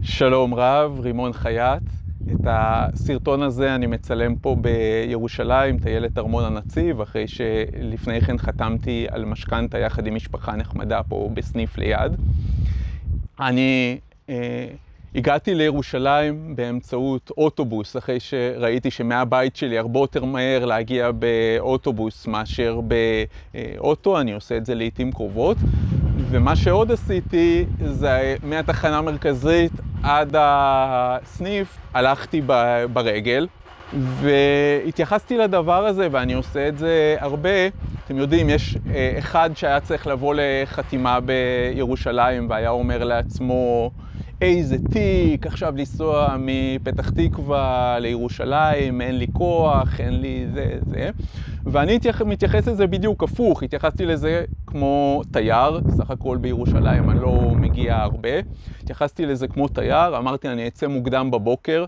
שלום רב, רימון חייט. את הסרטון הזה אני מצלם פה בירושלים, טיילת ארמון הנציב, אחרי שלפני כן חתמתי על משכנתה יחד עם משפחה נחמדה פה בסניף ליד. אני הגעתי לירושלים באמצעות אוטובוס, אחרי שראיתי שמהבית שלי הרבה יותר מהר להגיע באוטובוס מאשר באוטו, אני עושה את זה לעתים קרובות. ומה שעוד עשיתי זה מהתחנה המרכזית עד הסניף הלכתי ברגל והתייחסתי לדבר הזה ואני עושה את זה הרבה. אתם יודעים, יש אחד שהיה צריך לבוא לחתימה בירושלים והיה אומר לעצמו איזה תיק, עכשיו לנסוע מפתח תקווה לירושלים, אין לי כוח, אין לי זה. ואני מתייחס לזה בדיוק הפוך, התייחסתי לזה כמו תייר, סך הכל בירושלים אני לא מגיע הרבה. התייחסתי לזה כמו תייר, אמרתי אני אצא מוקדם בבוקר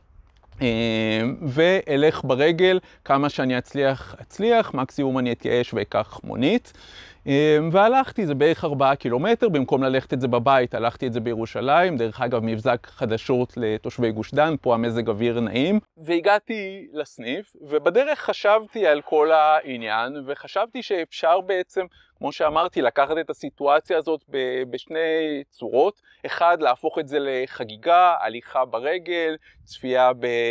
ואלך ברגל, כמה שאני אצליח, מקסימום אני אתייאש ואקח מונית. והלכתי, זה בערך 4 קילומטר, במקום ללכת את זה בבית, הלכתי את זה בירושלים, דרך אגב מבזק חדשות לתושבי גוש דן, פה המזג אוויר נעים. והגעתי לסניף, ובדרך חשבתי על כל העניין, וחשבתי שאפשר בעצם, כמו שאמרתי, לקחת את הסיטואציה הזאת בשני צורות. אחד, להפוך את זה לחגיגה, הליכה ברגל, צפייה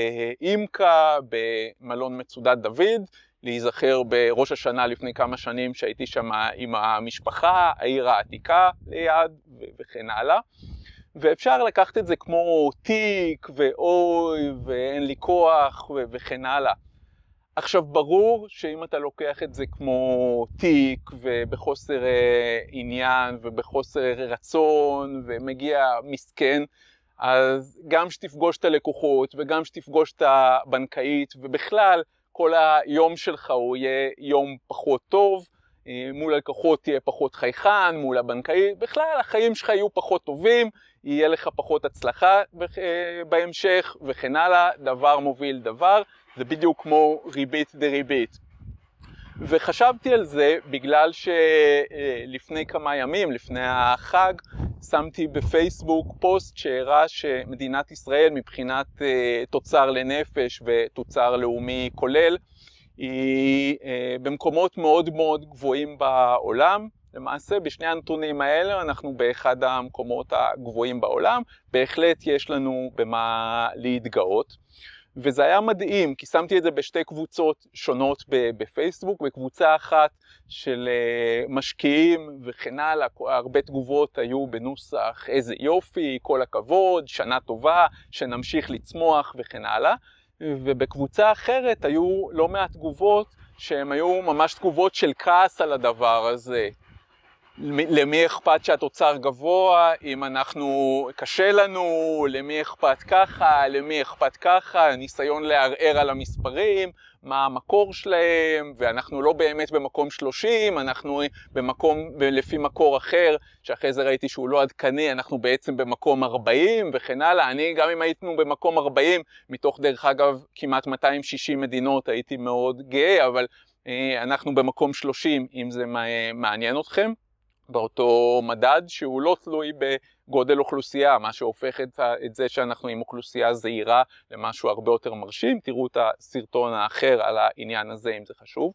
באימקה, במלון מצודת דוד, להיזכר בראש השנה לפני כמה שנים שהייתי שם עם המשפחה, העיר העתיקה ליד וכן הלאה. ואפשר לקחת את זה כמו תיק ואוי ואין לי כוח וכן הלאה. עכשיו ברור שאם אתה לוקח את זה כמו תיק ובחוסר עניין ובחוסר רצון ומגיע מסכן, אז גם שתפגוש את הלקוחות וגם שתפגוש את הבנקאית ובכלל כל היום שלך הוא יהיה יום פחות טוב, מול הלקוחות תהיה פחות חייכן, מול הבנקאית, בכלל החיים שלך יהיו פחות טובים, יהיה לך פחות הצלחה בהמשך וכן הלאה, דבר מוביל דבר, זה בדיוק כמו ריבית דריבית. וחשבתי על זה בגלל שלפני כמה ימים, לפני החג, שמתי בפייסבוק פוסט שהראה שמדינת ישראל מבחינת תוצר לנפש ותוצר לאומי כולל, היא במקומות מאוד מאוד גבוהים בעולם. למעשה בשני הנתונים האלה אנחנו באחד המקומות הגבוהים בעולם, בהחלט יש לנו במה להתגאות. וזה היה מדהים, כי שמתי את זה בשתי קבוצות שונות בפייסבוק, בקבוצה אחת של משקיעים וכן הלאה, הרבה תגובות היו בנוסח איזה יופי, כל הכבוד, שנה טובה, שנמשיך לצמוח וכן הלאה. ובקבוצה אחרת היו לא מעט תגובות שהן היו ממש תגובות של כעס על הדבר הזה. למי אכפת שהתוצר גבוה, אם אנחנו קשה לנו, למי אכפת ככה, למי אכפת ככה, ניסיון לערער על המספרים, מה המקור שלהם, ואנחנו לא באמת במקום 30, אנחנו לפי מקור אחר, שאחרי זה ראיתי שהוא לא עדכני, אנחנו בעצם במקום 40 וכן הלאה. אני גם אם הייתנו במקום 40, מתוך דרך אגב כמעט 260 מדינות, הייתי מאוד גאה, אבל אנחנו במקום 30, אם זה מעניין אתכם. באותו מדד שהוא לא תלוי בגודל אוכלוסייה, מה שהופך את זה שאנחנו עם אוכלוסייה זהירה למשהו הרבה יותר מרשים. תראו את הסרטון האחר על העניין הזה אם זה חשוב.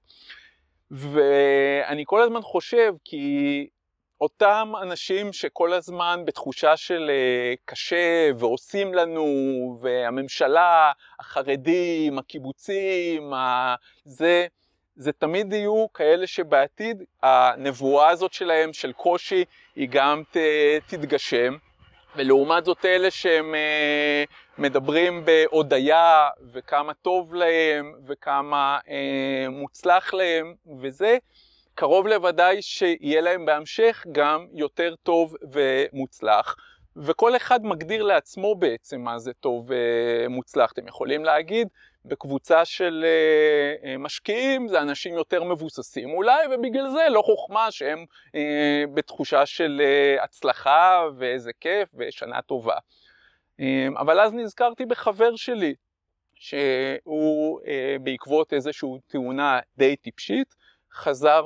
ואני כל הזמן חושב כי אותם אנשים שכל הזמן בתחושה של קשה ועושים לנו, והממשלה, החרדים, הקיבוצים, זה תמיד יהיו כאלה שבעתיד הנבואה הזאת שלהם של קושי היא גם תתגשם, ולעומת זאת אלה שהם מדברים בהודיה וכמה טוב להם וכמה מוצלח להם, וזה קרוב לוודאי שיהיה להם בהמשך גם יותר טוב ומוצלח. וכל אחד מגדיר לעצמו בעצם מה זה טוב ומוצלח. אתם יכולים להגיד, בקבוצה של משקיעים זה אנשים יותר מבוססים אולי, ובגלל זה לא חוכמה שהם בתחושה של הצלחה ואיזה כיף ושנה טובה. אבל אז נזכרתי בחבר שלי, שהוא בעקבות איזושהי תאונה די טיפשית, חזר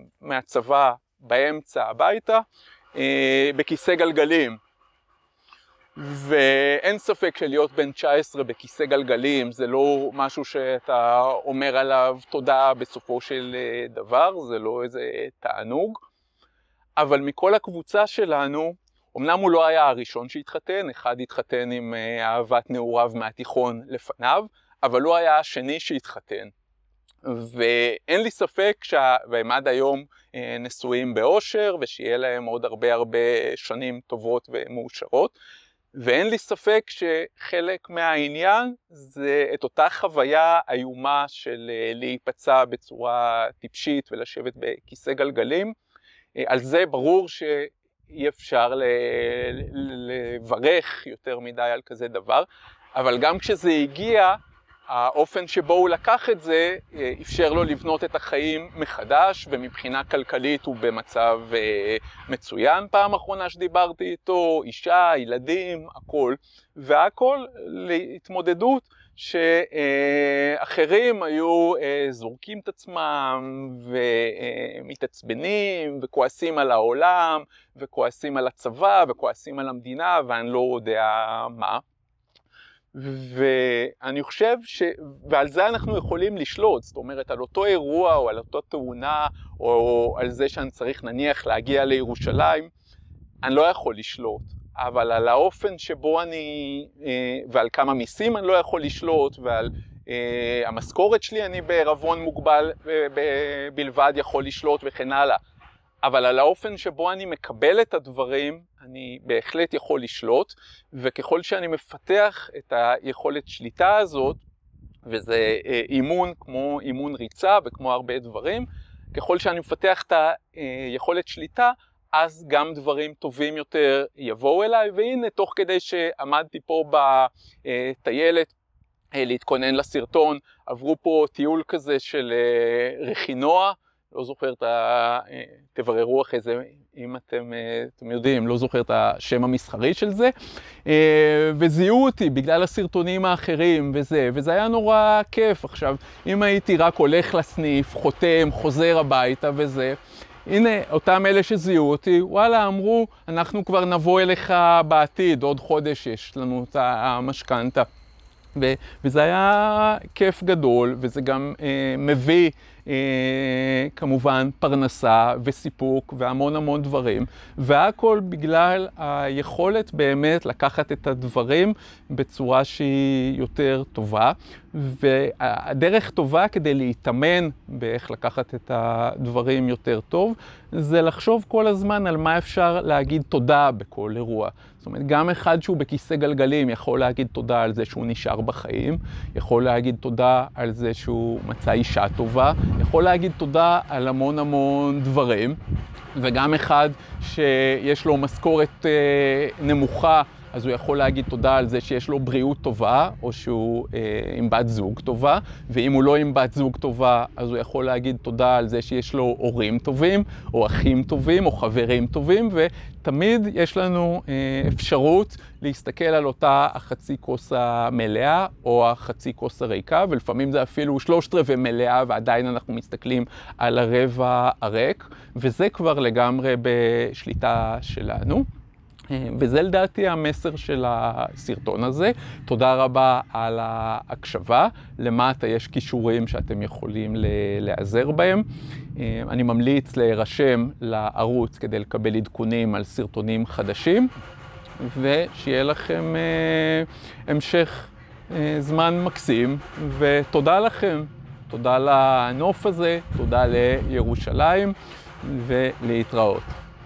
מהצבא באמצע הביתה בכיסא גלגלים. ואין ספק שלהיות בן 19 בכיסא גלגלים זה לא משהו שאתה אומר עליו תודה בסופו של דבר, זה לא איזה תענוג. אבל מכל הקבוצה שלנו, אמנם הוא לא היה הראשון שהתחתן, אחד התחתן עם אהבת נעוריו מהתיכון לפניו, אבל הוא היה השני שהתחתן. ואין לי ספק והם עד היום נשואים באושר, ושיהיה להם עוד הרבה שנים טובות ומאושרות. ואין לי ספק שחלק מהעניין זה את אותה חוויה איומה של להיפצע בצורה טיפשית ולשבת בכיסא גלגלים. על זה ברור שאי אפשר לברך יותר מדי על כזה דבר, אבל גם כשזה הגיע, האופן שבו הוא לקח את זה אפשר לו לבנות את החיים מחדש, ומבחינה כלכלית הוא במצב מצוין. פעם אחרונה שדיברתי איתו, אישה, ילדים, הכל, והכל להתמודדות שאחרים היו זורקים את עצמם ומתעצבנים וכועסים על העולם וכועסים על הצבא וכועסים על המדינה ואני לא יודע מה. ואני חושב ועל זה אנחנו יכולים לשלוט, זאת אומרת על אותו אירוע או על אותו תאונה או על זה שאני צריך נניח להגיע לירושלים, אני לא יכול לשלוט, אבל על האופן שבו ועל כמה מיסים אני לא יכול לשלוט, ועל המשכורת שלי אני בערבון מוגבל בלבד יכול לשלוט וכן הלאה. אבל על האופן שבו אני מקבל את הדברים, אני בהחלט יכול לשלוט, וככל שאני מפתח את היכולת שליטה הזאת, וזה אימון כמו אימון ריצה וכמו הרבה דברים, ככל שאני מפתח את היכולת שליטה, אז גם דברים טובים יותר יבואו אליי, והנה תוך כדי שעמדתי פה בטיילת להתכונן לסרטון, עברו פה טיול כזה של רכינוע, לא זוכר תבררו אחרי זה, אם אתם יודעים, לא זוכר את השם המסחרי של זה, וזיהו אותי בגלל הסרטונים האחרים וזה היה נורא כיף. עכשיו, אם הייתי רק הולך לסניף, חותם, חוזר הביתה וזה, הנה, אותם אלה שזיהו אותי, וואלה, אמרו, אנחנו כבר נבוא אליך בעתיד, עוד חודש יש לנו את המשכנתה. וזה היה כיף גדול, וזה גם מביא כמובן פרנסה וסיפוק והמון דברים, והכל בגלל היכולת באמת לקחת את הדברים בצורה שהיא יותר טובה, והדרך טובה כדי להתאמן באיך לקחת את הדברים יותר טוב, זה לחשוב כל הזמן על מה אפשר להגיד תודה בכל אירוע. זאת אומרת, גם אחד שהוא בכיסא גלגלים יכול להגיד תודה על זה שהוא נשאר בחיים, יכול להגיד תודה על זה שהוא מצא אישה טובה, יכול להגיד תודה על המון דברים, וגם אחד שיש לו משכורת נמוכה, אז הוא יכול להגיד תודה על זה שיש לו בריאות טובה, או שהוא עם בת זוג טובה, ואם הוא לא עם בת זוג טובה, אז הוא יכול להגיד תודה על זה שיש לו הורים טובים, או אחים טובים, או חברים טובים, ותמיד יש לנו אפשרות להסתכל על אותה החצי כוס המלאה, או החצי כוס הריקה, ולפעמים זה אפילו 3/4 מלאה, ועדיין אנחנו מסתכלים על הרבע הריק, וזה כבר לגמרי בשליטה שלנו. וזה לדעתי המסר של הסרטון הזה. תודה רבה על ההקשבה. למטה יש קישורים שאתם יכולים להיעזר בהם. אני ממליץ להירשם לערוץ כדי לקבל עדכונים על סרטונים חדשים, ושיהיה לכם המשך זמן מקסים, ותודה לכם. תודה לנוף הזה, תודה לירושלים, ולהתראות.